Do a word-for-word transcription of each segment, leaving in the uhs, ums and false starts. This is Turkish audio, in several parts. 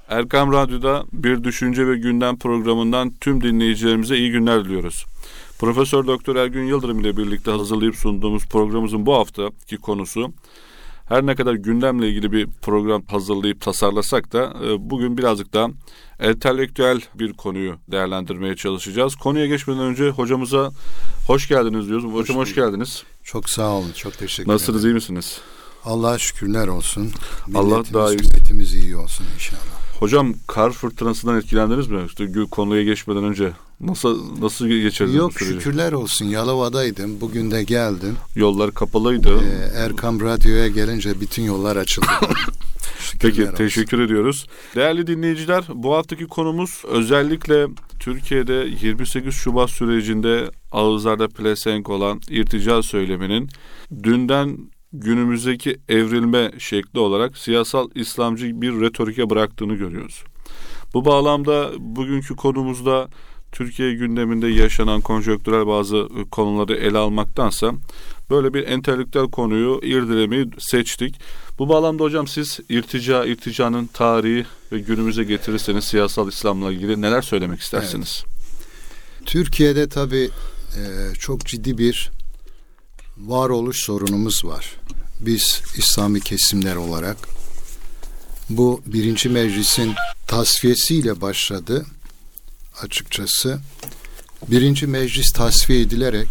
Erkam Radyo'da Bir Düşünce ve Gündem programından tüm dinleyicilerimize iyi günler diliyoruz. Profesör Doktor Ergün Yıldırım ile birlikte hazırlayıp sunduğumuz programımızın bu haftaki konusu, her ne kadar gündemle ilgili bir program hazırlayıp tasarlasak da bugün birazcık daha entelektüel bir konuyu değerlendirmeye çalışacağız. Konuya geçmeden önce hocamıza hoş geldiniz diyoruz. Hocam hoş, hoş geldiniz. Çok sağ olun, çok teşekkür Nasılsınız, ederim. iyi misiniz? Allah'a şükürler olsun. Allah daha iyi. Milletimiz iyi olsun inşallah. Hocam, kar fırtınasından etkilendiniz mi? İşte konuya geçmeden önce nasıl nasıl geçirdiniz? Yok, şükürler olsun. Yalova'daydım. Bugün de geldim. Yollar kapalıydı. Ee, Erkam Radyo'ya gelince bütün yollar açıldı. Peki, olsun. Teşekkür ediyoruz. Değerli dinleyiciler, bu haftaki konumuz özellikle Türkiye'de yirmi sekiz Şubat sürecinde ağızlarda pelesenk olan irtica söyleminin dünden günümüzdeki evrilme şekli olarak siyasal İslamcı bir retorike bıraktığını görüyoruz. Bu bağlamda bugünkü konumuzda Türkiye gündeminde yaşanan konjonktürel bazı konuları ele almaktansa böyle bir entelektüel konuyu irdelemeyi seçtik. Bu bağlamda hocam, siz irtica, irticanın tarihi ve günümüze getirirseniz siyasal İslam'la ilgili neler söylemek istersiniz? Evet. Türkiye'de tabii e, çok ciddi bir varoluş sorunumuz var. Biz İslami kesimler olarak bu birinci meclisin tasfiyesiyle başladı açıkçası. Birinci meclis tasfiye edilerek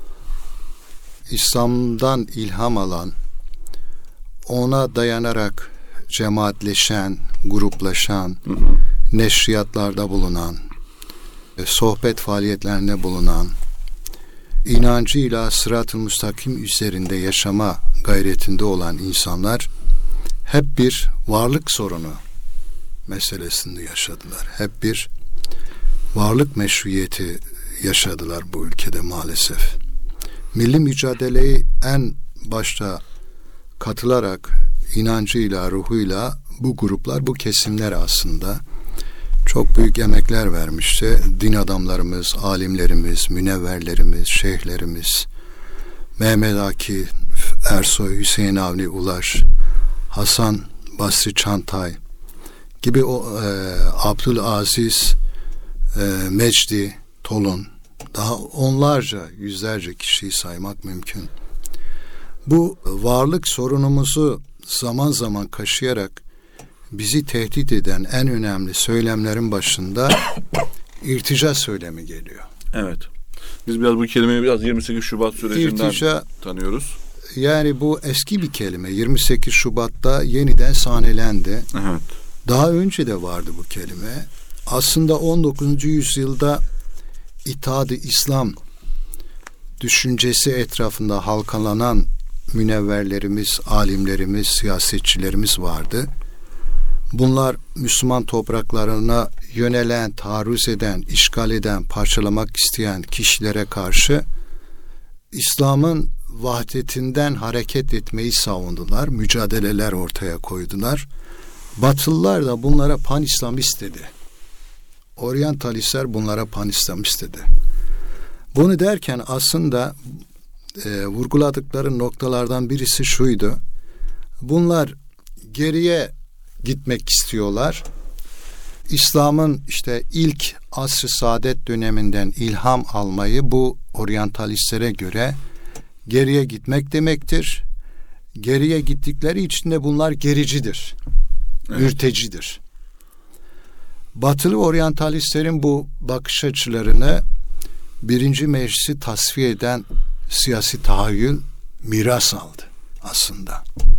İslam'dan ilham alan, ona dayanarak cemaatleşen, gruplaşan, hı hı. neşriyatlarda bulunan, sohbet faaliyetlerinde bulunan, inancıyla sırat-ı müstakim üzerinde yaşama gayretinde olan insanlar hep bir varlık sorunu meselesini yaşadılar. Hep bir varlık meşruiyeti yaşadılar bu ülkede maalesef. Milli mücadeleyi en başta katılarak inancıyla, ruhuyla bu gruplar, bu kesimler aslında çok büyük emekler vermişti. Din adamlarımız, alimlerimiz, münevverlerimiz, şeyhlerimiz, Mehmet Akif, Ersoy, Hüseyin Avni Ulaş, Hasan Basri Çantay gibi o e, Abdülaziz e, Mecdi Tolun, daha onlarca, yüzlerce kişiyi saymak mümkün. Bu varlık sorunumuzu zaman zaman kaşıyarak bizi tehdit eden en önemli söylemlerin başında irtica söylemi geliyor. Evet. Biz biraz bu kelimeyi biraz yirmi sekiz Şubat sürecinden irtica, tanıyoruz. Yani bu eski bir kelime. yirmi sekiz Şubat'ta yeniden sahnelendi. Evet. Daha önce de vardı bu kelime. Aslında on dokuzuncu yüzyılda İttihad-ı İslam düşüncesi etrafında halkalanan münevverlerimiz, alimlerimiz, siyasetçilerimiz vardı. Bunlar Müslüman topraklarına yönelen, taarruz eden, işgal eden, parçalamak isteyen kişilere karşı İslam'ın vahdetinden hareket etmeyi savundular. Mücadeleler ortaya koydular. Batılılar da bunlara pan-İslamist dedi. Oryantalistler bunlara pan-İslamist dedi. Bunu derken aslında e, vurguladıkları noktalardan birisi şuydu. Bunlar geriye gitmek istiyorlar. İslam'ın işte ilk asr-ı saadet döneminden ilham almayı bu oryantalistlere göre geriye gitmek demektir. Geriye gittikleri için de bunlar gericidir. Evet. Mürtecidir. Batılı oryantalistlerin bu bakış açılarını birinci meclisi tasfiye eden siyasi tahayyül miras aldı aslında.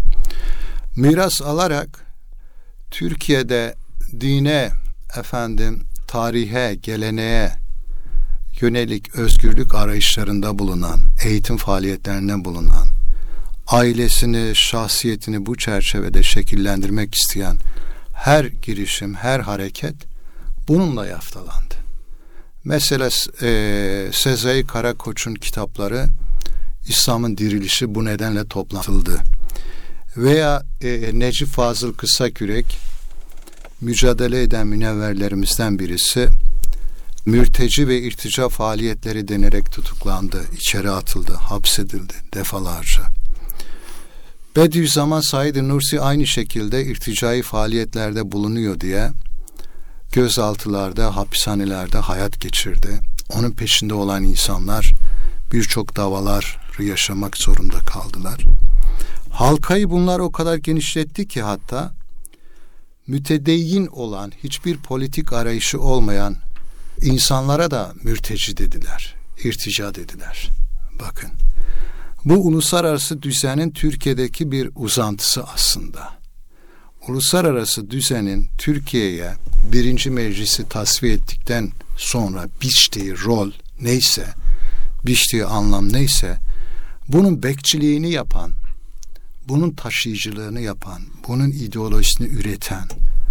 Miras alarak Türkiye'de dine, efendim, tarihe, geleneğe yönelik özgürlük arayışlarında bulunan, eğitim faaliyetlerinde bulunan, ailesini, şahsiyetini bu çerçevede şekillendirmek isteyen her girişim, her hareket bununla yaftalandı. Mesela e, Sezai Karakoç'un kitapları İslam'ın dirilişi bu nedenle toplatıldı. Veya e, Necip Fazıl Kısakürek mücadele eden münevverlerimizden birisi mürteci ve irtica faaliyetleri denerek tutuklandı, içeri atıldı, hapsedildi defalarca. Bediüzzaman Said Nursi aynı şekilde irticai faaliyetlerde bulunuyor diye gözaltılarda, hapishanelerde hayat geçirdi. Onun peşinde olan insanlar birçok davalar yaşamak zorunda kaldılar. Halkayı bunlar o kadar genişletti ki hatta mütedeyyin olan, hiçbir politik arayışı olmayan insanlara da mürteci dediler, irtica dediler. Bakın, bu uluslararası düzenin Türkiye'deki bir uzantısı aslında. Uluslararası düzenin Türkiye'ye birinci meclisi tasfiye ettikten sonra biçtiği rol neyse, biçtiği anlam neyse, bunun bekçiliğini yapan, bunun taşıyıcılığını yapan, bunun ideolojisini üreten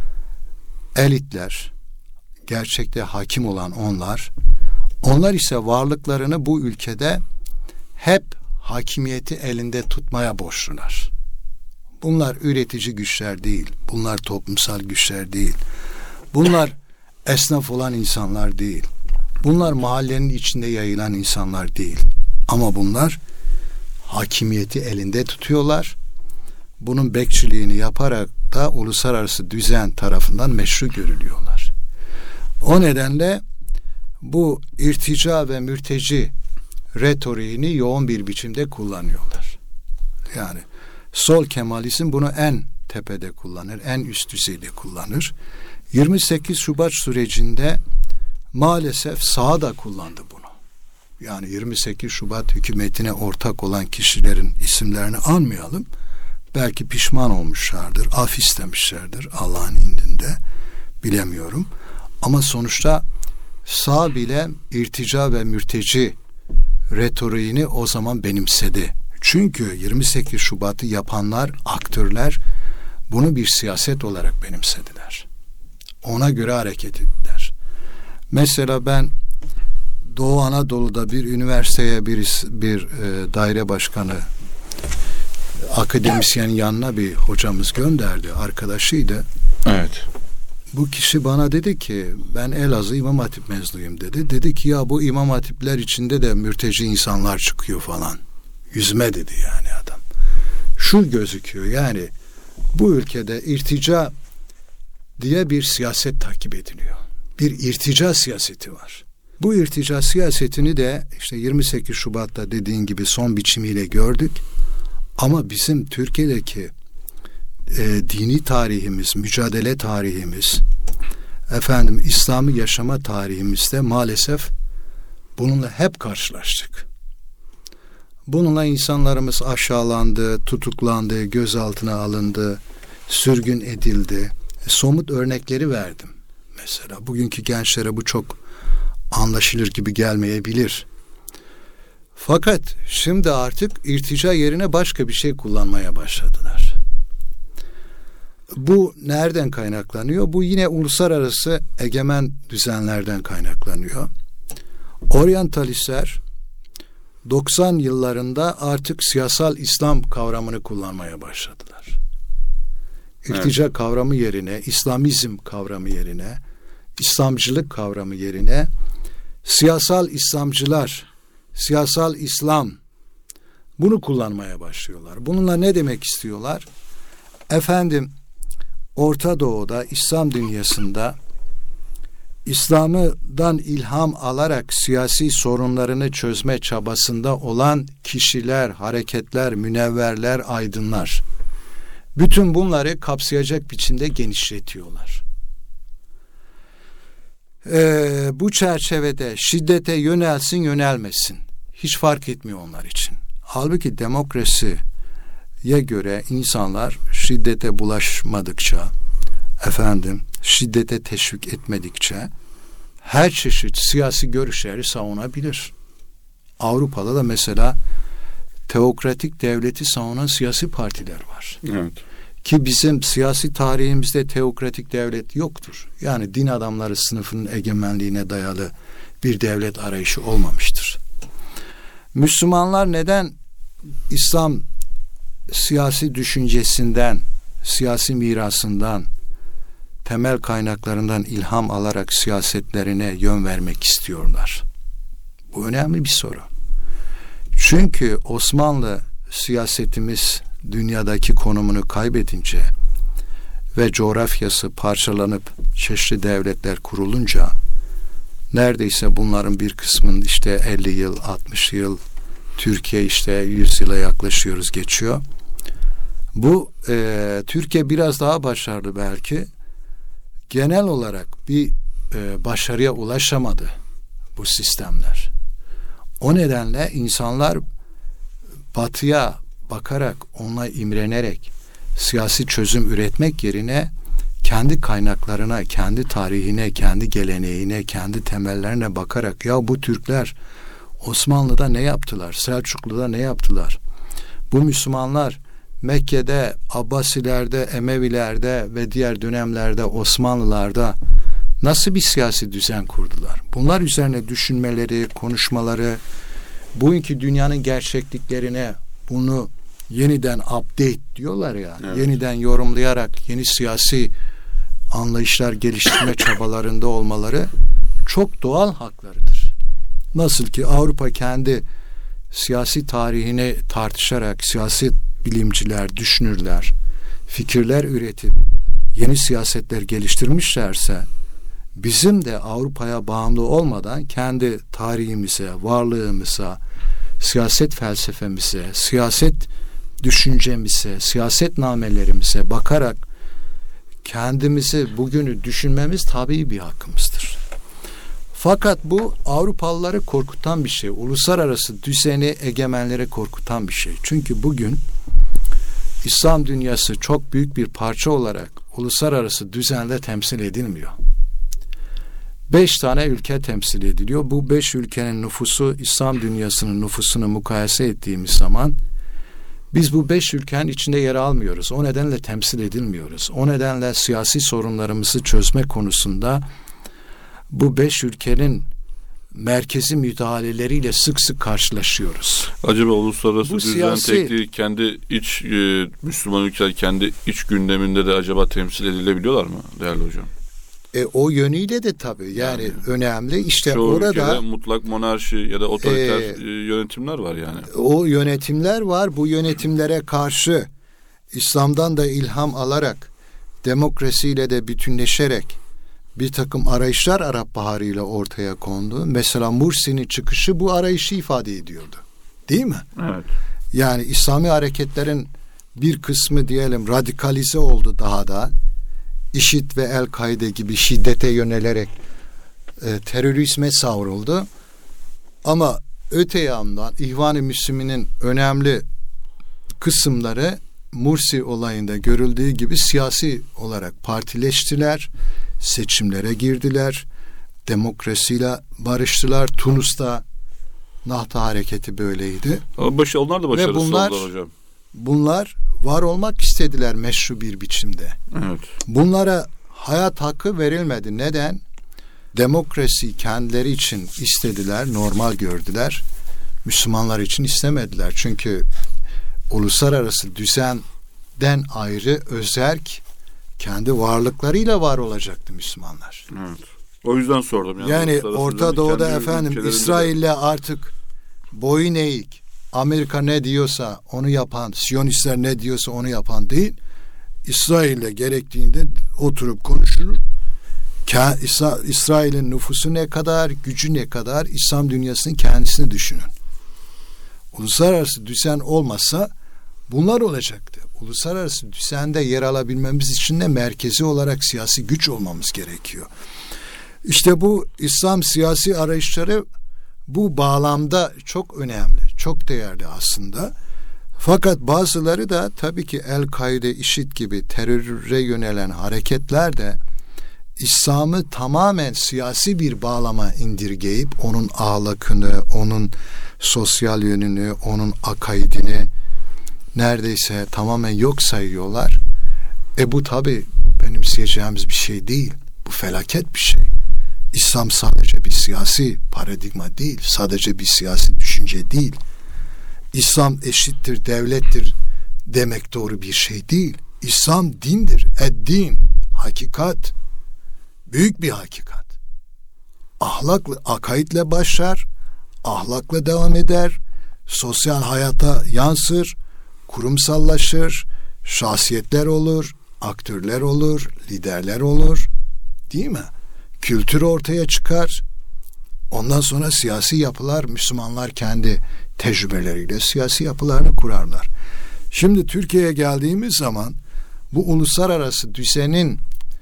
elitler, gerçekte hakim olan onlar, onlar ise varlıklarını bu ülkede hep hakimiyeti elinde tutmaya borçlular. Bunlar üretici güçler değil, bunlar toplumsal güçler değil, bunlar esnaf olan insanlar değil, bunlar mahallenin içinde yayılan insanlar değil. Ama bunlar hakimiyeti elinde tutuyorlar. Bunun bekçiliğini yaparak da uluslararası düzen tarafından meşru görülüyorlar. O nedenle bu irtica ve mürteci retoriğini yoğun bir biçimde kullanıyorlar. Yani sol Kemalizm bunu en tepede kullanır, en üst düzeyde kullanır. yirmi sekiz Şubat sürecinde maalesef sağ da kullandı bunu. Yani yirmi sekiz Şubat hükümetine ortak olan kişilerin isimlerini anmayalım. Belki pişman olmuşlardır, af istemişlerdir Allah'ın indinde, bilemiyorum. Ama sonuçta sağ bile irtica ve mürteci retoriğini o zaman benimsedi. Çünkü yirmi sekiz Şubat'ı yapanlar, aktörler bunu bir siyaset olarak benimsediler. Ona göre hareket ettiler. Mesela ben Doğu Anadolu'da bir üniversiteye bir, bir e, daire başkanı, akademisyenin yanına bir hocamız gönderdi, arkadaşıydı. Evet. Bu kişi bana dedi ki, ben Elazığ İmam Hatip mezunuyum dedi. Dedi ki ya bu İmam Hatipler içinde de mürteci insanlar çıkıyor falan. Yüzme dedi yani adam. Şu gözüküyor yani bu ülkede irtica diye bir siyaset takip ediliyor. Bir irtica siyaseti var. Bu irtica siyasetini de işte yirmi sekiz Şubat'ta dediğin gibi son biçimiyle gördük. Ama bizim Türkiye'deki e, dini tarihimiz, mücadele tarihimiz, efendim İslam'ı yaşama tarihimizde maalesef bununla hep karşılaştık. Bununla insanlarımız aşağılandı, tutuklandı, gözaltına alındı, sürgün edildi. E, somut örnekleri verdim. Mesela bugünkü gençlere bu çok anlaşılır gibi gelmeyebilir. Fakat şimdi artık irtica yerine başka bir şey kullanmaya başladılar. Bu nereden kaynaklanıyor? Bu yine uluslararası egemen düzenlerden kaynaklanıyor. Oryantalistler doksan yıllarında artık siyasal İslam kavramını kullanmaya başladılar. İrtica evet. kavramı yerine, İslamizm kavramı yerine, İslamcılık kavramı yerine siyasal İslamcılar, siyasal İslam bunu kullanmaya başlıyorlar. Bununla ne demek istiyorlar? Efendim Orta Doğu'da, İslam dünyasında İslam'dan ilham alarak siyasi sorunlarını çözme çabasında olan kişiler, hareketler, münevverler, aydınlar. Bütün bunları kapsayacak biçimde genişletiyorlar. Ee, bu çerçevede şiddete yönelsin yönelmesin hiç fark etmiyor onlar için. Halbuki demokrasiye göre insanlar şiddete bulaşmadıkça, efendim şiddete teşvik etmedikçe her çeşit siyasi görüşleri savunabilir. Avrupa'da da mesela teokratik devleti savunan siyasi partiler var. Evet. Ki bizim siyasi tarihimizde teokratik devlet yoktur. Yani din adamları sınıfının egemenliğine dayalı bir devlet arayışı olmamıştır. Müslümanlar neden İslam siyasi düşüncesinden, siyasi mirasından, temel kaynaklarından ilham alarak siyasetlerine yön vermek istiyorlar? Bu önemli bir soru. Çünkü Osmanlı siyasetimiz dünyadaki konumunu kaybedince ve coğrafyası parçalanıp çeşitli devletler kurulunca neredeyse bunların bir kısmının işte elli yıl, altmış yıl, Türkiye işte yüz yıla yaklaşıyoruz, geçiyor. Bu e, Türkiye biraz daha başarılı belki. Genel olarak bir e, başarıya ulaşamadı bu sistemler. O nedenle insanlar batıya bakarak, ona imrenerek siyasi çözüm üretmek yerine kendi kaynaklarına, kendi tarihine, kendi geleneğine, kendi temellerine bakarak ya bu Türkler Osmanlı'da ne yaptılar? Selçuklu'da ne yaptılar? Bu Müslümanlar Mekke'de, Abbasilerde, Emevilerde ve diğer dönemlerde Osmanlılarda nasıl bir siyasi düzen kurdular? Bunlar üzerine düşünmeleri, konuşmaları, bugünkü dünyanın gerçekliklerine bunu yeniden update diyorlar ya, evet. yeniden yorumlayarak yeni siyasi anlayışlar geliştirme çabalarında olmaları çok doğal haklarıdır. Nasıl ki Avrupa kendi siyasi tarihini tartışarak siyasi bilimciler, düşünürler, fikirler üretip yeni siyasetler geliştirmişlerse bizim de Avrupa'ya bağımlı olmadan kendi tarihimize, varlığımıza, siyaset felsefemize, siyaset düşüncemize, siyasetnamelerimize bakarak kendimizi, bugünü düşünmemiz tabii bir hakkımızdır. Fakat bu Avrupalıları korkutan bir şey. Uluslararası düzeni, egemenlere korkutan bir şey. Çünkü bugün İslam dünyası çok büyük bir parça olarak uluslararası düzende temsil edilmiyor. Beş tane ülke temsil ediliyor. Bu beş ülkenin nüfusu İslam dünyasının nüfusunu mukayese ettiğimiz zaman biz bu beş ülkenin içinde yer almıyoruz. O nedenle temsil edilmiyoruz. O nedenle siyasi sorunlarımızı çözme konusunda bu beş ülkenin merkezi müdahaleleriyle sık sık karşılaşıyoruz. Acaba uluslararası bu düzen siyasi, tekliği kendi iç e, Müslüman ülkeler kendi iç gündeminde de acaba temsil edilebiliyorlar mı değerli hocam? E, o yönüyle de tabii yani, yani önemli. İşte çoğu orada mutlak monarşi ya da otoriter e, yönetimler var yani. O yönetimler var. Bu yönetimlere karşı İslam'dan da ilham alarak, demokrasiyle de bütünleşerek bir takım arayışlar Arap Baharı ile ortaya kondu. Mesela Mursi'nin çıkışı bu arayışı ifade ediyordu. Değil mi? Evet. Yani İslami hareketlerin bir kısmı diyelim radikalize oldu daha da. İŞİD ve El-Kaide gibi şiddete yönelerek e, terörizme savruldu. Ama öte yandan İhvan-ı Müslümin'in önemli kısımları Mursi olayında görüldüğü gibi siyasi olarak partileştiler, seçimlere girdiler, demokrasiyle barıştılar. Tunus'ta Nahda hareketi böyleydi. Ama başı, onlar da başarısız bunlar, oldular hocam. Bunlar var olmak istediler meşru bir biçimde. Evet. Bunlara hayat hakkı verilmedi. Neden? Demokrasi kendileri için istediler, normal gördüler. Müslümanlar için istemediler. Çünkü uluslararası düzenden ayrı özerk kendi varlıklarıyla var olacaktı Müslümanlar. Evet. O yüzden sordum. Yani, yani Orta Doğu'da efendim İsrail'le artık boyun eğik, Amerika ne diyorsa onu yapan, Siyonistler ne diyorsa onu yapan değil, İsrail'le gerektiğinde oturup konuşulur. İsrail'in nüfusu ne kadar, gücü ne kadar, İslam dünyasının kendisini düşünün. Uluslararası düzen olmasa bunlar olacaktı. Uluslararası düzende yer alabilmemiz için de merkezi olarak siyasi güç olmamız gerekiyor. İşte bu İslam siyasi arayışları bu bağlamda çok önemli, çok değerli aslında. Fakat bazıları da tabii ki El-Kaide, İŞİD gibi teröre yönelen hareketler de İslam'ı tamamen siyasi bir bağlama indirgeyip onun ahlakını, onun sosyal yönünü, onun akaidini neredeyse tamamen yok sayıyorlar. E bu tabii benimseyeceğimiz bir şey değil. Bu felaket bir şey. İslam sadece bir siyasi paradigma değil, sadece bir siyasi düşünce değil. İslam eşittir, devlettir demek doğru bir şey değil. İslam dindir, ed-din, hakikat, büyük bir hakikat. Ahlakla, akaidle başlar, ahlakla devam eder, sosyal hayata yansır, kurumsallaşır, şahsiyetler olur, aktörler olur, liderler olur, değil mi? Kültür ortaya çıkar. Ondan sonra siyasi yapılar, Müslümanlar kendi tecrübeleriyle siyasi yapılarını kurarlar. Şimdi Türkiye'ye geldiğimiz zaman bu uluslararası düzenin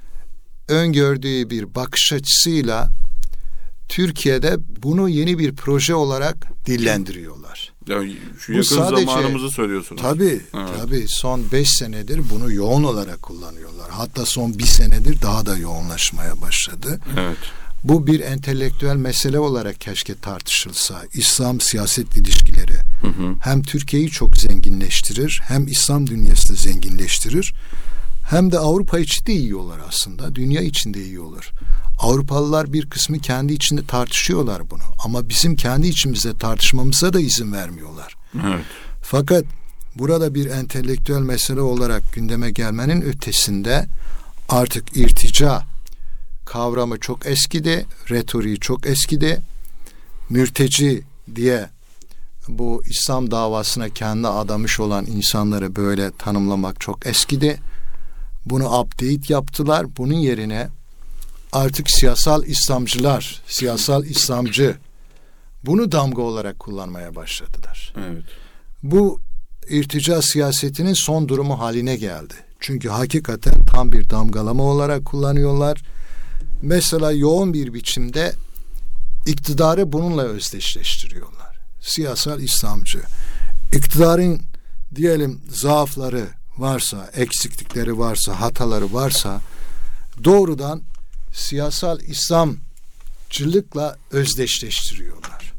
öngördüğü bir bakış açısıyla Türkiye'de bunu yeni bir proje olarak dillendiriyorlar. Yani şu yakın sadece, zamanımızı söylüyorsunuz. Tabii, evet. tabii son beş senedir bunu yoğun olarak kullanıyorlar. Hatta son bir senedir daha da yoğunlaşmaya başladı. Evet. Bu bir entelektüel mesele olarak keşke tartışılsa. İslam siyaset ilişkileri hı hı. hem Türkiye'yi çok zenginleştirir, hem İslam dünyasını zenginleştirir, hem de Avrupa için de iyi olur aslında. Dünya için de iyi olur. Avrupalılar bir kısmı kendi içinde tartışıyorlar bunu. Ama bizim kendi içimizde tartışmamıza da izin vermiyorlar. Evet. Fakat burada bir entelektüel mesele olarak gündeme gelmenin ötesinde artık irtica kavramı çok eskidi, retoriği çok eskidi. Mürteci diye bu İslam davasına kendi adamış olan insanları böyle tanımlamak çok eskidi. Bunu update yaptılar. Bunun yerine artık siyasal İslamcılar, siyasal İslamcı bunu damga olarak kullanmaya başladılar. Evet. Bu irtica siyasetinin son durumu haline geldi. Çünkü hakikaten tam bir damgalama olarak kullanıyorlar. Mesela yoğun bir biçimde iktidarı bununla özdeşleştiriyorlar. Siyasal İslamcı. İktidarın diyelim zaafları varsa, eksiklikleri varsa, hataları varsa doğrudan siyasal İslamcılıkla özdeşleştiriyorlar.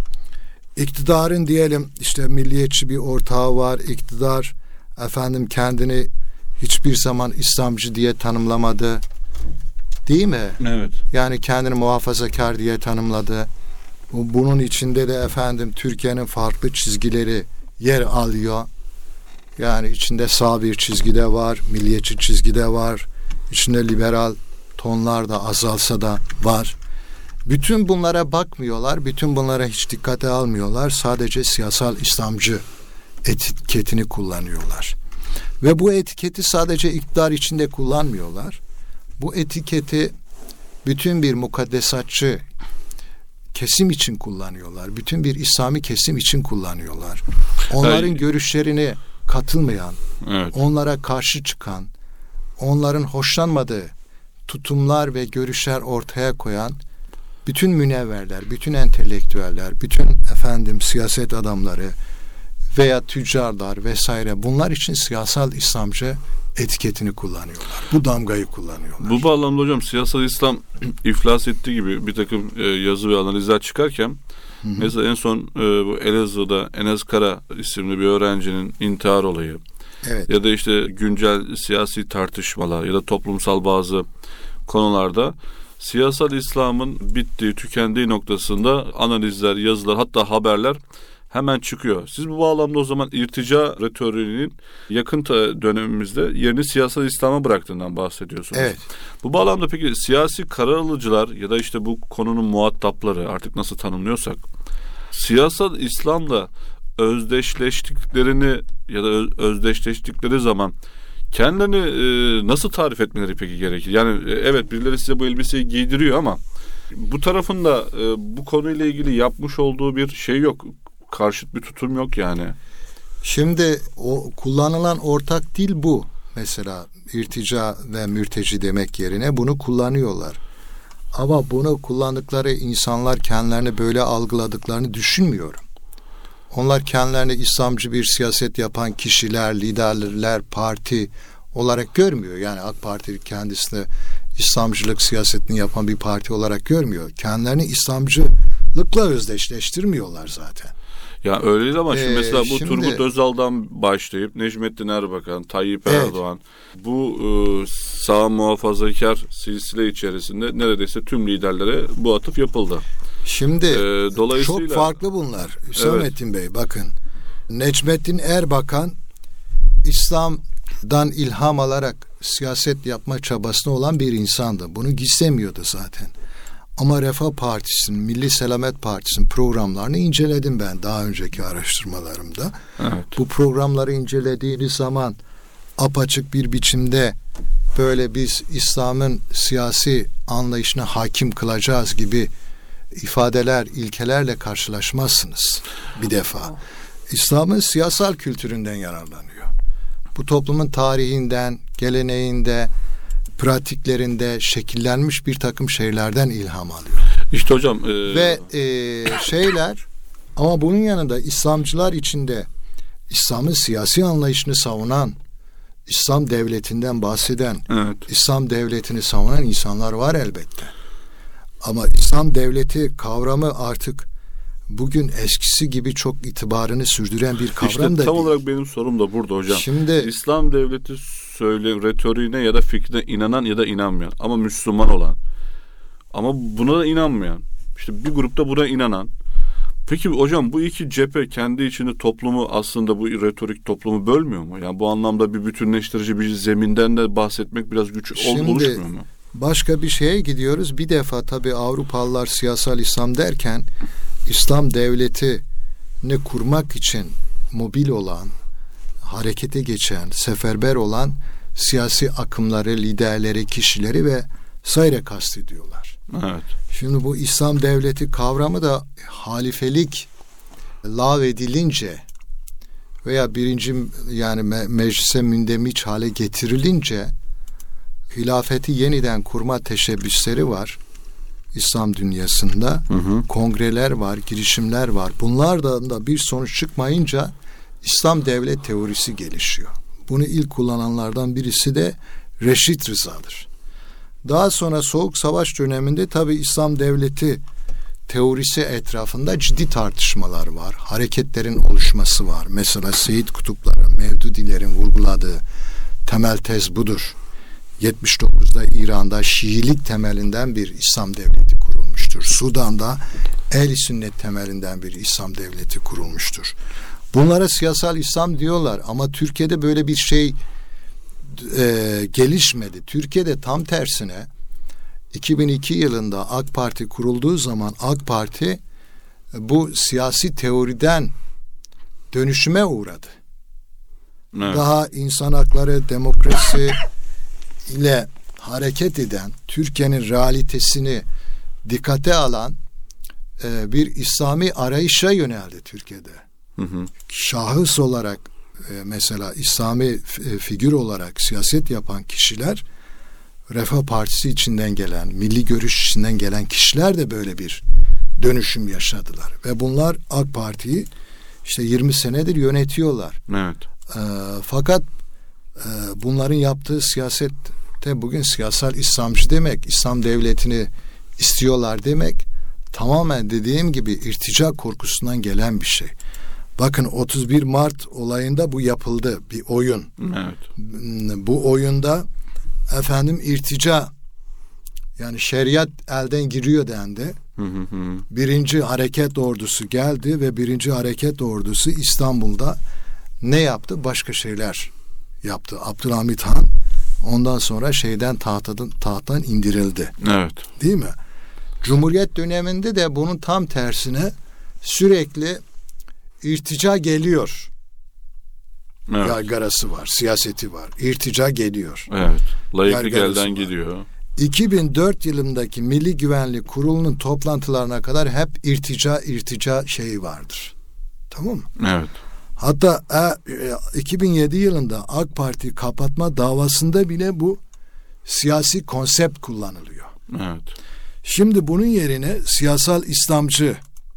İktidarın diyelim işte milliyetçi bir ortağı var. İktidar efendim kendini hiçbir zaman İslamcı diye tanımlamadı. Değil mi? Evet. Yani kendini muhafazakar diye tanımladı. Bunun içinde de efendim Türkiye'nin farklı çizgileri yer alıyor. Yani içinde sağ bir çizgi de var, milliyetçi çizgi de var. İçinde liberal tonlar da azalsa da var. Bütün bunlara bakmıyorlar, bütün bunlara hiç dikkate almıyorlar. Sadece siyasal İslamcı etiketini kullanıyorlar. Ve bu etiketi sadece iktidar içinde kullanmıyorlar. Bu etiketi bütün bir mukaddesatçı kesim için kullanıyorlar. Bütün bir İslami kesim için kullanıyorlar. Onların Hayır. görüşlerine katılmayan, evet. onlara karşı çıkan, onların hoşlanmadığı tutumlar ve görüşler ortaya koyan bütün münevverler, bütün entelektüeller, bütün efendim siyaset adamları veya tüccarlar vesaire bunlar için siyasal İslamcı etiketini kullanıyorlar. Bu damgayı kullanıyorlar. Bu bağlamda hocam siyasal İslam iflas ettiği gibi bir takım e, yazı ve analizler çıkarken hı hı. mesela en son e, bu Elazığ'da Enes Kara isimli bir öğrencinin intihar olayı evet. ya da işte güncel siyasi tartışmalar ya da toplumsal bazı konularda siyasal İslam'ın bittiği, tükendiği noktasında analizler, yazılar hatta haberler hemen çıkıyor. Siz bu bağlamda o zaman irtica retoriğinin yakın dönemimizde yerini siyasal İslam'a bıraktığından bahsediyorsunuz. Evet. Bu bağlamda peki siyasi karar alıcılar ya da işte bu konunun muhatapları artık nasıl tanımlıyorsak siyasal İslam'la özdeşleştiklerini ya da özdeşleştikleri zaman kendilerini e, nasıl tarif etmeleri peki gerekir? Yani e, evet birileri size bu elbiseyi giydiriyor ama bu tarafında e, bu konuyla ilgili yapmış olduğu bir şey yok. Karşıt bir tutum yok yani. Şimdi o kullanılan ortak dil bu. Mesela irtica ve mürteci demek yerine bunu kullanıyorlar. Ama bunu kullandıkları insanlar kendilerini böyle algıladıklarını düşünmüyorum. Onlar kendilerini İslamcı bir siyaset yapan kişiler, liderler, parti olarak görmüyor. Yani AK Parti kendisini İslamcılık siyasetini yapan bir parti olarak görmüyor. Kendilerini İslamcılıkla özdeşleştirmiyorlar zaten. Ya öyle değil ama ee, şimdi mesela bu şimdi, Turgut Özal'dan başlayıp Necmettin Erbakan, Tayyip evet. Erdoğan bu e, sağ muhafazakar silsile içerisinde neredeyse tüm liderlere bu atıf yapıldı. Şimdi ee, dolayısıyla, çok farklı bunlar. Hüsamettin evet. Bey bakın. Necmettin Erbakan İslam'dan ilham alarak siyaset yapma çabasında olan bir insandı. Bunu gizlemiyordu zaten. Ama Refah Partisi'nin, Milli Selamet Partisi'nin programlarını inceledim ben daha önceki araştırmalarımda. Evet. Bu programları incelediğiniz zaman apaçık bir biçimde böyle biz İslam'ın siyasi anlayışına hakim kılacağız gibi ifadeler, ilkelerle karşılaşmazsınız bir defa. İslam'ın siyasal kültüründen yararlanıyor. Bu toplumun tarihinden, geleneğinde, pratiklerinde şekillenmiş bir takım şeylerden ilham alıyor. İşte hocam. E... Ve e, şeyler ama bunun yanında İslamcılar içinde İslam'ın siyasi anlayışını savunan, İslam devletinden bahseden, evet. İslam devletini savunan insanlar var elbette. Ama İslam devleti kavramı artık bugün eskisi gibi çok itibarını sürdüren bir kavram işte da değil. Tam olarak benim sorum da burada hocam. Şimdi İslam devleti söyle retoriğine ya da fikrine inanan ya da inanmayan ama Müslüman olan ama buna da inanmayan. İşte bir grupta buna inanan. Peki hocam bu iki cephe kendi içinde toplumu aslında bu retorik toplumu bölmüyor mu? Yani bu anlamda bir bütünleştirici bir zeminden de bahsetmek biraz güç ol, Şimdi, oluşmuyor mu? Başka bir şeye gidiyoruz. Bir defa tabii Avrupalılar siyasal İslam derken İslam devletini kurmak için mobil olan, harekete geçen, seferber olan siyasi akımları, liderleri, kişileri ve sayre kastediyorlar. Evet. Şimdi bu İslam devleti kavramı da halifelik lağvedilince veya birinci yani me- meclise mündemiş hale getirilince hilafeti yeniden kurma teşebbüsleri var İslam dünyasında. Hı hı. Kongreler var, girişimler var. Bunlardan da bir sonuç çıkmayınca İslam devlet teorisi gelişiyor. Bunu ilk kullananlardan birisi de Reşit Rıza'dır. Daha sonra Soğuk Savaş döneminde tabii İslam devleti teorisi etrafında ciddi tartışmalar var. Hareketlerin oluşması var. Mesela Seyyid Kutupların, Mevdudilerin vurguladığı temel tez budur. yetmiş dokuzda İran'da Şiilik temelinden bir İslam devleti kurulmuştur. Sudan'da Ehl-i Sünnet temelinden bir İslam devleti kurulmuştur. Bunlara siyasal İslam diyorlar ama Türkiye'de böyle bir şey e, gelişmedi. Türkiye'de tam tersine iki bin iki yılında AK Parti kurulduğu zaman AK Parti bu siyasi teoriden dönüşüme uğradı. Evet. Daha insan hakları, demokrasi ile hareket eden, Türkiye'nin realitesini dikkate alan e, bir İslami arayışa yöneldi Türkiye'de. Hı hı. Şahıs olarak e, mesela İslami e, figür olarak siyaset yapan kişiler, Refah Partisi içinden gelen, milli görüş içinden gelen kişiler de böyle bir dönüşüm yaşadılar. Ve bunlar AK Parti'yi işte yirmi senedir yönetiyorlar. Evet. E, fakat e, bunların yaptığı siyasette bugün siyasal İslamcı demek, İslam devletini istiyorlar demek tamamen dediğim gibi irtica korkusundan gelen bir şey. Bakın otuz bir Mart olayında bu yapıldı, bir oyun. Evet. Bu oyunda efendim irtica, yani şeriat elden giriyor dendi. Hı hı hı. Birinci hareket ordusu geldi ve birinci hareket ordusu İstanbul'da ne yaptı? Başka şeyler yaptı. Abdülhamit Han ondan sonra şeyden tahttan, tahttan indirildi. Evet. Değil mi? Cumhuriyet döneminde de bunun tam tersine sürekli irtica geliyor. Evet. Yargarası var, siyaseti var. İrtica geliyor. Evet. Layıklık elden var. gidiyor. iki bin dört yılındaki Milli Güvenlik Kurulu'nun toplantılarına kadar hep irtica irtica şeyi vardır. Tamam mı? Evet. Hatta e, iki bin yedi yılında AK Parti kapatma davasında bile bu siyasi konsept kullanılıyor. Evet. Şimdi bunun yerine siyasal İslamcı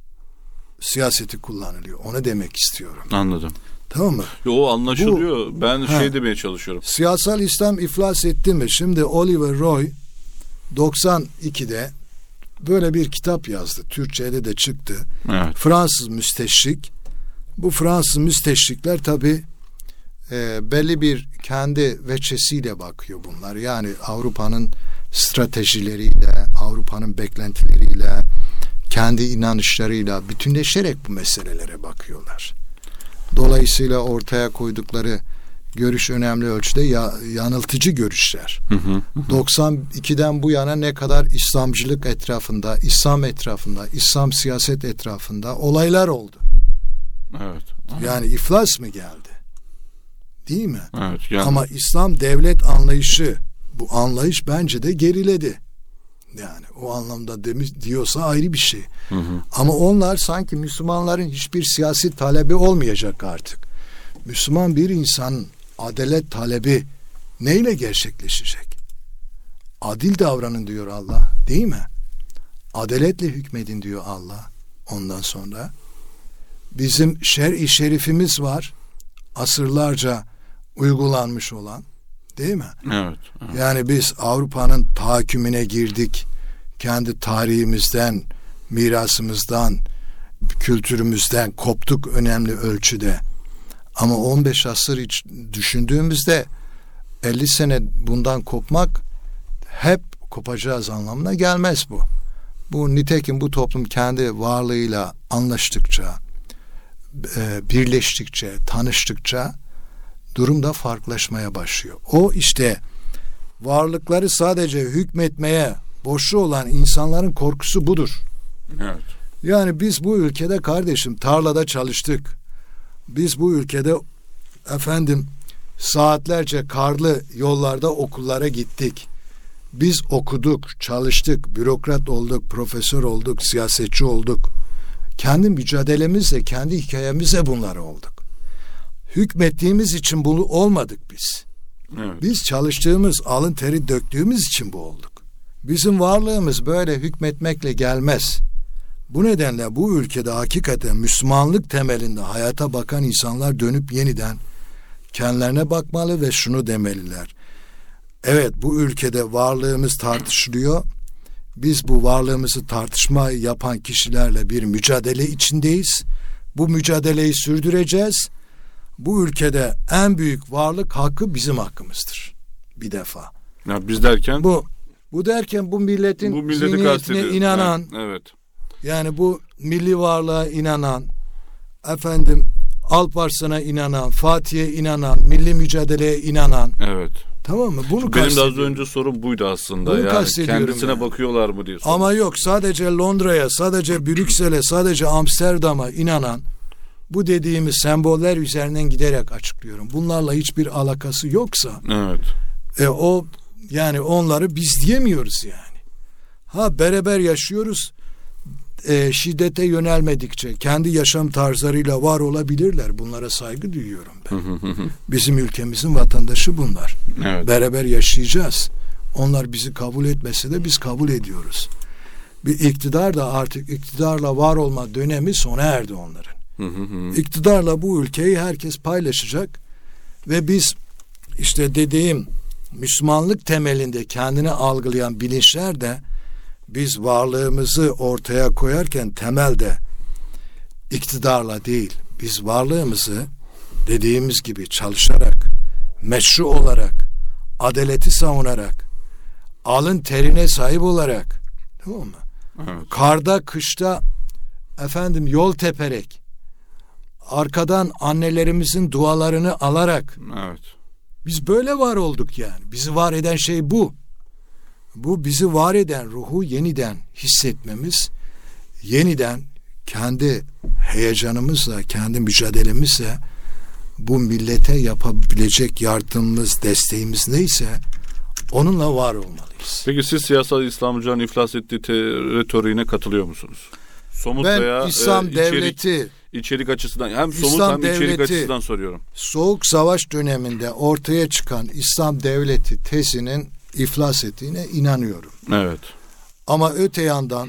siyaseti kullanılıyor. Onu demek istiyorum. Anladım. Tamam mı? Yo, o anlaşılıyor. Bu, ben he, şey demeye çalışıyorum. Siyasal İslam iflas etti mi? Şimdi Oliver Roy doksan ikide böyle bir kitap yazdı. Türkçe'de de çıktı. Evet. Fransız müsteşrik. Bu Fransız müsteşrikler tabii e, belli bir kendi veçesiyle bakıyor bunlar. Yani Avrupa'nın stratejileriyle, Avrupa'nın beklentileriyle, kendi inanışlarıyla bütünleşerek bu meselelere bakıyorlar. Dolayısıyla ortaya koydukları görüş önemli ölçüde ya, yanıltıcı görüşler. Hı hı, hı. doksan ikiden bu yana ne kadar İslamcılık etrafında, İslam etrafında, İslam siyaset etrafında olaylar oldu. Evet. Yani iflas mı geldi? Değil mi? Evet, yani. Ama İslam devlet anlayışı, bu anlayış bence de geriledi. Yani o anlamda demiş, diyorsa ayrı bir şey. Hı hı. Ama onlar sanki Müslümanların hiçbir siyasi talebi olmayacak artık. Müslüman bir insanın adalet talebi neyle gerçekleşecek? Adil davranın diyor Allah, değil mi? Adaletle hükmedin diyor Allah. Ondan sonra bizim şer-i şerifimiz var. Asırlarca uygulanmış olan, değil mi? Evet, evet. Yani biz Avrupa'nın tahakkümüne girdik. Kendi tarihimizden, mirasımızdan, kültürümüzden koptuk önemli ölçüde. Ama on beş asır hiç düşündüğümüzde elli sene bundan kopmak hep kopacağız anlamına gelmez bu. Bu nitekim bu toplum kendi varlığıyla anlaştıkça, birleştikçe, tanıştıkça durum da farklılaşmaya başlıyor. O işte varlıkları sadece hükmetmeye borçlu olan insanların korkusu budur. Evet. Yani biz bu ülkede kardeşim tarlada çalıştık. Biz bu ülkede efendim saatlerce karlı yollarda okullara gittik. Biz okuduk, çalıştık, bürokrat olduk, profesör olduk, siyasetçi olduk. Kendi mücadelemizle, kendi hikayemizle bunlar olduk. Hükmettiğimiz için bunu olmadık biz. Evet. Biz çalıştığımız, alın teri döktüğümüz için bu olduk. Bizim varlığımız böyle hükmetmekle gelmez. Bu nedenle bu ülkede hakikaten Müslümanlık temelinde hayata bakan insanlar dönüp yeniden kendilerine bakmalı ve şunu demeliler. Evet, bu ülkede varlığımız tartışılıyor. Biz bu varlığımızı tartışma yapan kişilerle bir mücadele içindeyiz. Bu mücadeleyi sürdüreceğiz. Bu ülkede en büyük varlık hakkı bizim hakkımızdır. Bir defa. Ya biz derken? Bu bu derken bu milletin bu milleti zihniyetine inanan, evet, evet. Yani bu milli varlığa inanan, efendim Alparslan'a inanan, Fatih'e inanan, milli mücadeleye inanan. Evet. Tamam mı? Bunu benim de az önce sorum buydu aslında. Bunu yani kendisine yani. bakıyorlar mı diye. Ama yok, sadece Londra'ya, sadece Brüksel'e, sadece Amsterdam'a inanan, bu dediğimiz semboller üzerinden giderek açıklıyorum. Bunlarla hiçbir alakası yoksa, evet. E o yani onları biz diyemiyoruz yani. Ha beraber yaşıyoruz. E, şiddete yönelmedikçe kendi yaşam tarzlarıyla var olabilirler. Bunlara saygı duyuyorum ben. Bizim ülkemizin vatandaşı bunlar. Evet. Beraber yaşayacağız. Onlar bizi kabul etmese de biz kabul ediyoruz. Bir iktidar da artık iktidarla var olma dönemi sona erdi onların. İktidarla bu ülkeyi herkes paylaşacak ve biz işte dediğim Müslümanlık temelinde kendini algılayan bilinçler de biz varlığımızı ortaya koyarken temelde iktidarla değil, biz varlığımızı dediğimiz gibi çalışarak, meşru olarak, adaleti savunarak, alın terine sahip olarak, tamam mı? Evet. Karda, kışta efendim yol teperek, arkadan annelerimizin dualarını alarak, evet. Biz böyle var olduk yani. Bizi var eden şey bu. Bu bizi var eden ruhu yeniden hissetmemiz, yeniden kendi heyecanımızla, kendi mücadelemizle bu millete yapabilecek yardımımız, desteğimiz neyse onunla var olmalıyız. Peki siz siyasal İslamcıların iflas ettiği retoriğine katılıyor musunuz? Somut ben veya İslam e, devleti, içerik, içerik açısından hem somut İslam hem içerik devleti, açısından soruyorum. Soğuk Savaş döneminde ortaya çıkan İslam devleti tezinin iflas ettiğine inanıyorum. Evet. Ama öte yandan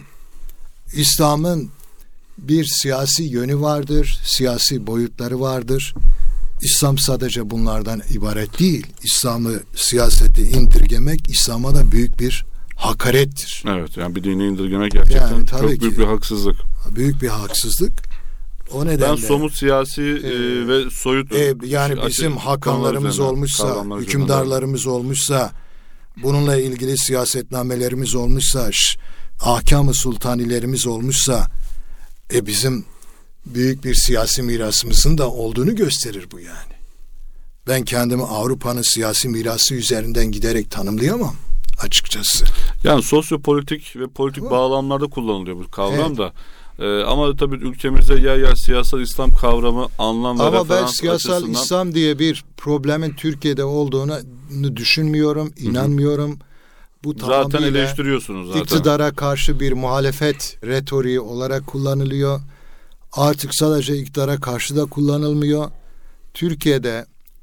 İslam'ın bir siyasi yönü vardır, siyasi boyutları vardır. İslam sadece bunlardan ibaret değil. İslam'ı siyasete indirgemek İslam'a da büyük bir hakarettir. Evet, yani bir dini indirgemek gerçekten yani, çok büyük ki, bir haksızlık. Büyük bir haksızlık. O nedenle ben somut siyasi e, e, ve soyut e, yani bizim hakanlarımız olmuşsa, hükümdarlarımız üzerine. olmuşsa, bununla ilgili siyasetnamelerimiz olmuşsa, ahkam-ı sultanilerimiz olmuşsa, e bizim büyük bir siyasi mirasımızın da olduğunu gösterir bu yani. Ben kendimi Avrupa'nın siyasi mirası üzerinden giderek tanımlayamam açıkçası. Yani sosyopolitik ve politik tamam. bağlamlarda kullanılıyor bu kavram evet. da. Ee, ama tabii ülkemizde yer yer siyasal İslam kavramı, anlam ve ama referans ben siyasal açısından... İslam diye bir problemin Türkiye'de olduğunu düşünmüyorum, inanmıyorum. Hı-hı. Bu zaten eleştiriyorsunuz zaten. İktidara karşı bir muhalefet retoriği olarak kullanılıyor. Artık sadece iktidara karşı da kullanılmıyor. Türkiye'de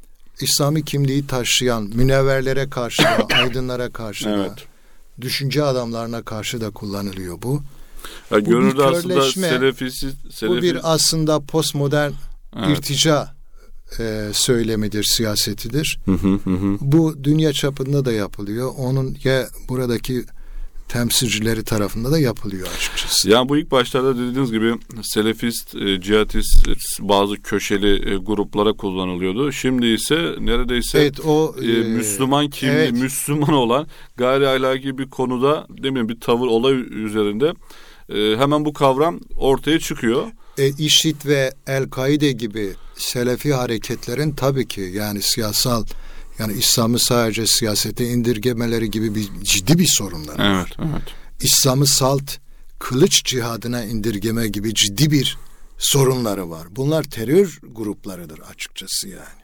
İslami kimliği taşıyan münevverlere karşı da, aydınlara karşı evet. da, düşünce adamlarına karşı da kullanılıyor bu. Ya bu görünürde bir aslında körleşme, selefisi, selefi... bu bir aslında postmodern evet. irtica e, söylemidir, siyasetidir. Hı hı hı. Bu dünya çapında da yapılıyor. Onun ya buradaki temsilcileri tarafında da yapılıyor açıkçası. Yani bu ilk başlarda dediğiniz gibi selefist, e, cihatist, e, bazı köşeli e, gruplara kullanılıyordu. Şimdi ise neredeyse evet, o, e, Müslüman kimliği, evet. Müslüman olan gayri ahlaki bir konuda, değil mi, bir tavır, olay üzerinde e, hemen bu kavram ortaya çıkıyor. E, İŞİD ve El-Kaide gibi selefi hareketlerin tabii ki yani siyasal, yani İslam'ı sadece siyasete indirgemeleri gibi bir ciddi bir sorunları evet, var. Evet. İslam'ı salt kılıç cihadına indirgeme gibi ciddi bir sorunları var. Bunlar terör gruplarıdır açıkçası yani.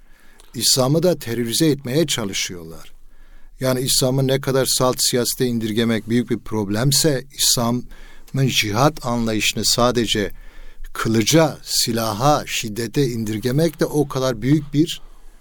İslam'ı da terörize etmeye çalışıyorlar. Yani İslam'ı ne kadar salt siyasete indirgemek büyük bir problemse, İslam'ın cihat anlayışını sadece kılıca, silaha, şiddete indirgemek de o kadar büyük bir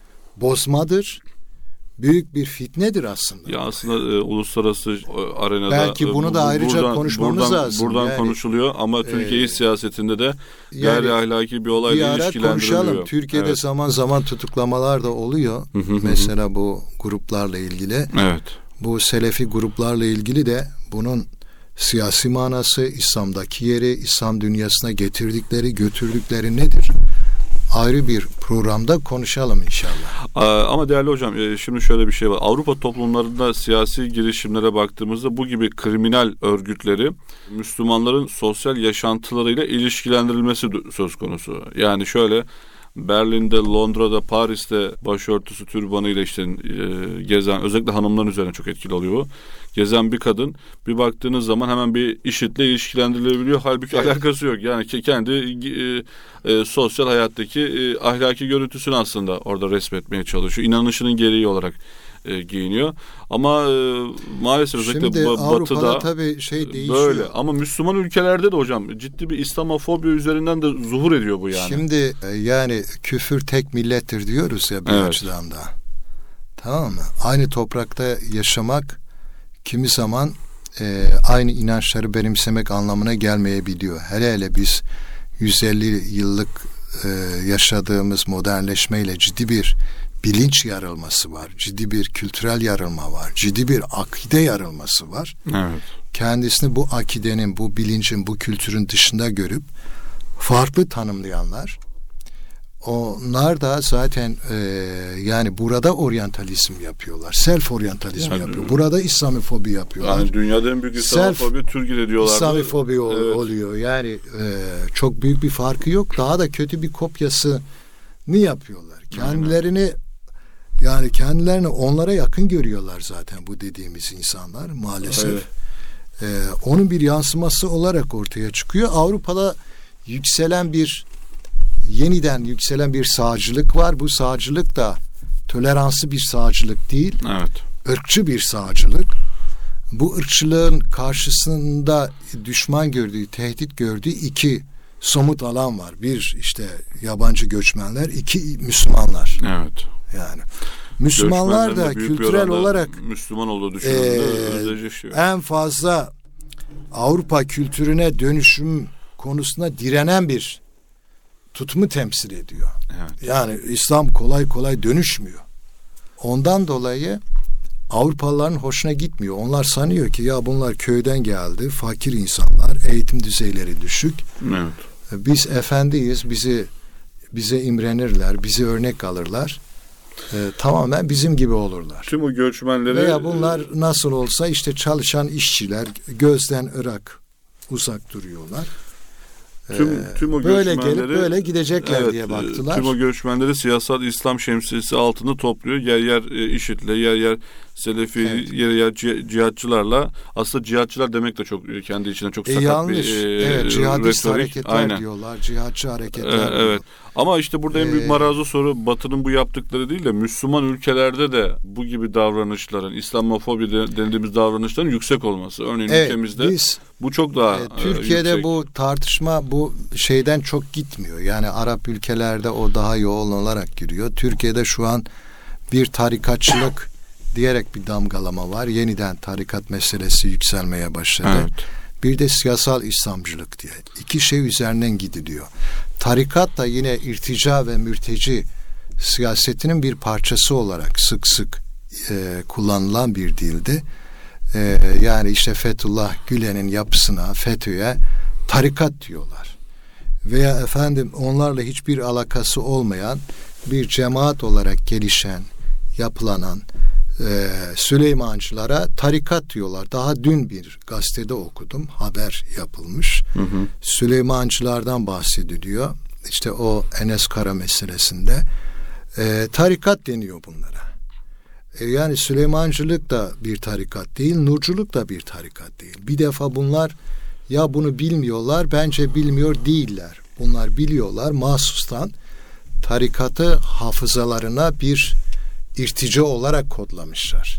bozmadır. Büyük bir fitnedir aslında. Ya aslında e, uluslararası e, arenada belki bunu da ayrıca buradan, konuşmamız buradan, lazım. Buradan yani, konuşuluyor ama Türkiye e, siyasetinde de gayri yani, ahlaki bir olayla bir ilişkilendiriliyor. Konuşalım. Türkiye'de evet. zaman zaman tutuklamalar da oluyor. Mesela bu gruplarla ilgili. Evet. Bu selefi gruplarla ilgili de bunun siyasi manası, İslam'daki yeri, İslam dünyasına getirdikleri, götürdükleri nedir? Ayrı bir programda konuşalım inşallah. Ama değerli hocam, şimdi şöyle bir şey var. Avrupa toplumlarında siyasi girişimlere baktığımızda bu gibi kriminal örgütleri Müslümanların sosyal yaşantılarıyla ilişkilendirilmesi söz konusu. Yani şöyle, Berlin'de, Londra'da, Paris'te başörtüsü türbanıyla işte e, gezen, özellikle hanımların üzerine çok etkili oluyor bu. Gezen bir kadın, bir baktığınız zaman hemen bir IŞİD'le ilişkilendirilebiliyor. Halbuki evet. alakası yok. Yani kendi e, e, sosyal hayattaki e, ahlaki görüntüsünü aslında orada resmetmeye çalışıyor. İnanışının gereği olarak e, giyiniyor. Ama e, maalesef özellikle şimdi ba- Avrupa'da Batı'da tabii şey değişiyor. Böyle. Ama Müslüman ülkelerde de hocam ciddi bir İslamofobi üzerinden de zuhur ediyor bu yani. Şimdi yani küfür tek millettir diyoruz ya bir evet. açıdan da. Tamam mı? Aynı toprakta yaşamak kimi zaman e, aynı inançları benimsemek anlamına gelmeyebiliyor. Hele hele biz yüz elli yıllık e, yaşadığımız modernleşmeyle ciddi bir bilinç yarılması var. Ciddi bir kültürel yarılma var. Ciddi bir akide yarılması var. Evet. Kendisini bu akidenin, bu bilincin, bu kültürün dışında görüp farklı tanımlayanlar, onlar da zaten e, yani burada oryantalizm yapıyorlar. Self oryantalizm yani, yapıyor. Burada İslamofobi yapıyorlar. Yani dünyada en büyük İslamofobi Türkiye'de diyorlar. İslamofobi ol, evet. oluyor. Yani e, çok büyük bir farkı yok. Daha da kötü bir kopyasını yapıyorlar. Kendilerini Aynen. yani kendilerini onlara yakın görüyorlar zaten bu dediğimiz insanlar maalesef. Evet. E, onun bir yansıması olarak ortaya çıkıyor. Avrupa'da yükselen bir yeniden yükselen bir sağcılık var. Bu sağcılık da toleranslı bir sağcılık değil. Evet. Irkçı bir sağcılık. Bu ırkçılığın karşısında düşman gördüğü, tehdit gördüğü iki somut alan var. Bir işte yabancı göçmenler, iki Müslümanlar. Evet. Yani Müslümanlar da kültürel olarak Müslüman olduğu düşünüldüğünde e, en fazla Avrupa kültürüne dönüşüm konusunda direnen bir tutumu temsil ediyor. Evet. Yani İslam kolay kolay dönüşmüyor. Ondan dolayı Avrupalıların hoşuna gitmiyor. Onlar sanıyor ki ya bunlar köyden geldi, fakir insanlar, eğitim düzeyleri düşük. Evet. Biz efendiyiz, bizi bize imrenirler, bizi örnek alırlar. Ee, tamamen bizim gibi olurlar. Tüm o göçmenleri veya bunlar nasıl olsa işte çalışan işçiler, gözden ırak uzak duruyorlar. Tüm, tüm o böyle gelip böyle gidecekler evet, diye baktılar. Tüm o göçmenleri siyasal İslam şemsiyesi altında topluyor. Yer yer e, IŞİD'le, yer yer Selefi, evet. yer yer cihatçılarla. Aslında cihatçılar demek de çok kendi içine çok sakat e, yanlış. bir e, evet, cihadist retorik. hareketler Aynen. diyorlar. Cihatçı hareketler. E, evet. Ama işte burada en büyük ee, marazı soru Batı'nın bu yaptıkları değil de Müslüman ülkelerde de bu gibi davranışların, İslamofobi dediğimiz davranışların yüksek olması. Örneğin evet, ülkemizde biz, bu çok daha e, Türkiye'de yüksek. Bu tartışma bu şeyden çok gitmiyor. Yani Arap ülkelerde o daha yoğun olarak giriyor. Türkiye'de şu an bir tarikatçılık diyerek bir damgalama var. Yeniden tarikat meselesi yükselmeye başladı. Evet. Bir de siyasal İslamcılık diye. İki şey üzerinden gidiliyor. Tarikat da yine irtica ve mürteci siyasetinin bir parçası olarak sık sık e, kullanılan bir dildi. E, yani işte Fethullah Gülen'in yapısına, FETÖ'ye tarikat diyorlar. Veya efendim onlarla hiçbir alakası olmayan bir cemaat olarak gelişen, yapılanan e, Süleymancılara tarikat diyorlar. Daha dün bir gazetede okudum, haber yapılmış. Hı hı. Süleymancılardan bahsediliyor. İşte o Enes Kara meselesinde e, tarikat deniyor bunlara. E, yani Süleymancılık da bir tarikat değil, Nurculuk da bir tarikat değil. Bir defa bunlar ya bunu bilmiyorlar, bence bilmiyor değiller. Bunlar biliyorlar, mahsustan tarikatı hafızalarına bir irtica olarak kodlamışlar.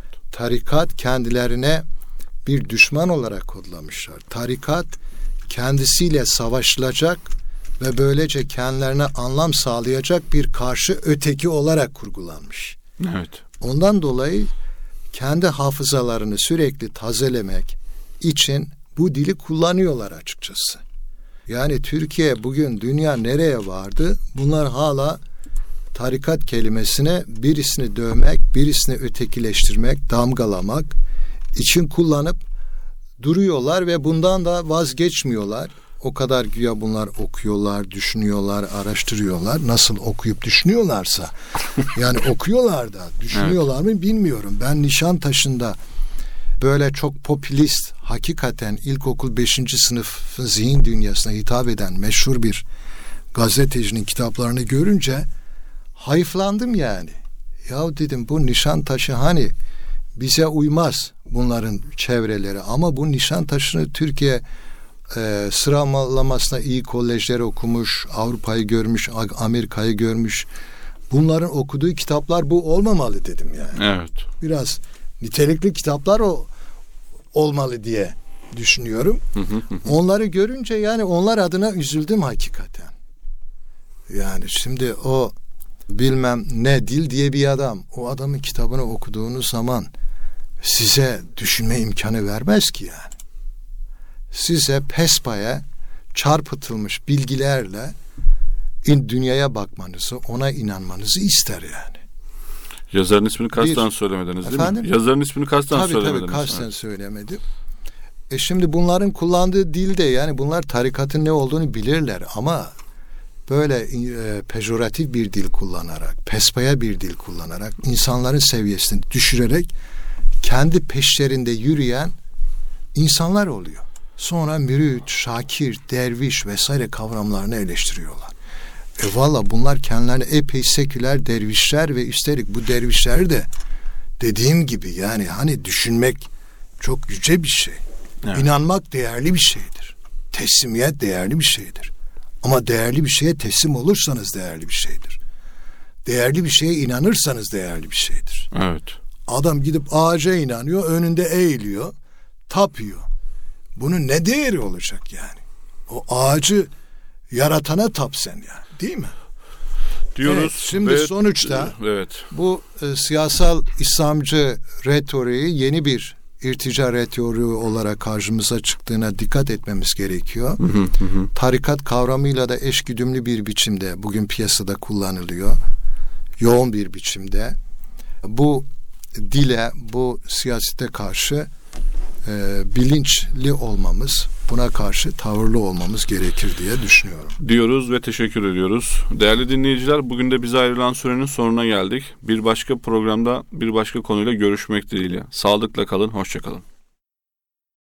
Tarikat kendilerine bir düşman olarak kodlamışlar. Tarikat kendisiyle savaşılacak ve böylece kendilerine anlam sağlayacak bir karşı öteki olarak kurgulanmış. Evet. Ondan dolayı kendi hafızalarını sürekli tazelemek için bu dili kullanıyorlar açıkçası. Yani Türkiye bugün dünya nereye vardı? Bunlar hala tarikat kelimesine birisini dövmek, birisini ötekileştirmek, damgalamak için kullanıp duruyorlar ve bundan da vazgeçmiyorlar. O kadar güya bunlar okuyorlar, düşünüyorlar, araştırıyorlar. Nasıl okuyup düşünüyorlarsa. Yani okuyorlar da düşünüyorlar mı bilmiyorum. Ben Nişantaşı'nda böyle çok popülist, hakikaten ilkokul beşinci sınıf zihin dünyasına hitap eden meşhur bir gazetecinin kitaplarını görünce hayıflandım yani. Ya dedim bu Nişantaşı hani bize uymaz bunların çevreleri ama bu Nişantaşı'nı Türkiye e, sıralamasına iyi kolejleri okumuş, Avrupa'yı görmüş, Amerika'yı görmüş. Bunların okuduğu kitaplar bu olmamalı dedim yani. Evet. Biraz nitelikli kitaplar o olmalı diye düşünüyorum. Onları görünce yani onlar adına üzüldüm hakikaten. Yani şimdi o bilmem ne dil diye bir adam, o adamın kitabını okuduğunuz zaman size düşünme imkanı vermez ki yani. Size pespaya çarpıtılmış bilgilerle in dünyaya bakmanızı, ona inanmanızı ister yani. Yazarın ismini kasten bir, söylemediniz değil efendim? mi? Yazarın ismini kasten tabii, söylemediniz. Tabii tabii kasten evet. söylemedim. E şimdi bunların kullandığı dilde yani bunlar tarikatın ne olduğunu bilirler ama böyle e, pejoratif bir dil kullanarak, pespaya bir dil kullanarak, insanların seviyesini düşürerek kendi peşlerinde yürüyen insanlar oluyor. Sonra mürit, şakir, derviş vesaire kavramlarını eleştiriyorlar. E valla bunlar kendilerine epey seküler dervişler ve üstelik bu dervişler de dediğim gibi yani hani düşünmek çok yüce bir şey. Evet. İnanmak değerli bir şeydir. Teslimiyet değerli bir şeydir. Ama değerli bir şeye teslim olursanız değerli bir şeydir. Değerli bir şeye inanırsanız değerli bir şeydir. Evet. Adam gidip ağaca inanıyor, önünde eğiliyor, tapıyor. Bunun ne değeri olacak yani? O ağacı yaratana tap sen yani. Değil mi? Diyoruz. Evet, şimdi ve, sonuçta evet. bu e, siyasal İslamcı retoriği yeni bir irtica retoriği olarak karşımıza çıktığına dikkat etmemiz gerekiyor. Hı hı hı. Tarikat kavramıyla da eşgüdümlü bir biçimde bugün piyasada kullanılıyor. Yoğun bir biçimde. Bu dile, bu siyasete karşı e, bilinçli olmamız, buna karşı tavırlı olmamız gerekir diye düşünüyorum. Diyoruz ve teşekkür ediyoruz. Değerli dinleyiciler, bugün de bize ayrılan sürenin sonuna geldik. Bir başka programda bir başka konuyla görüşmek dileğiyle. Sağlıkla kalın, hoşça kalın.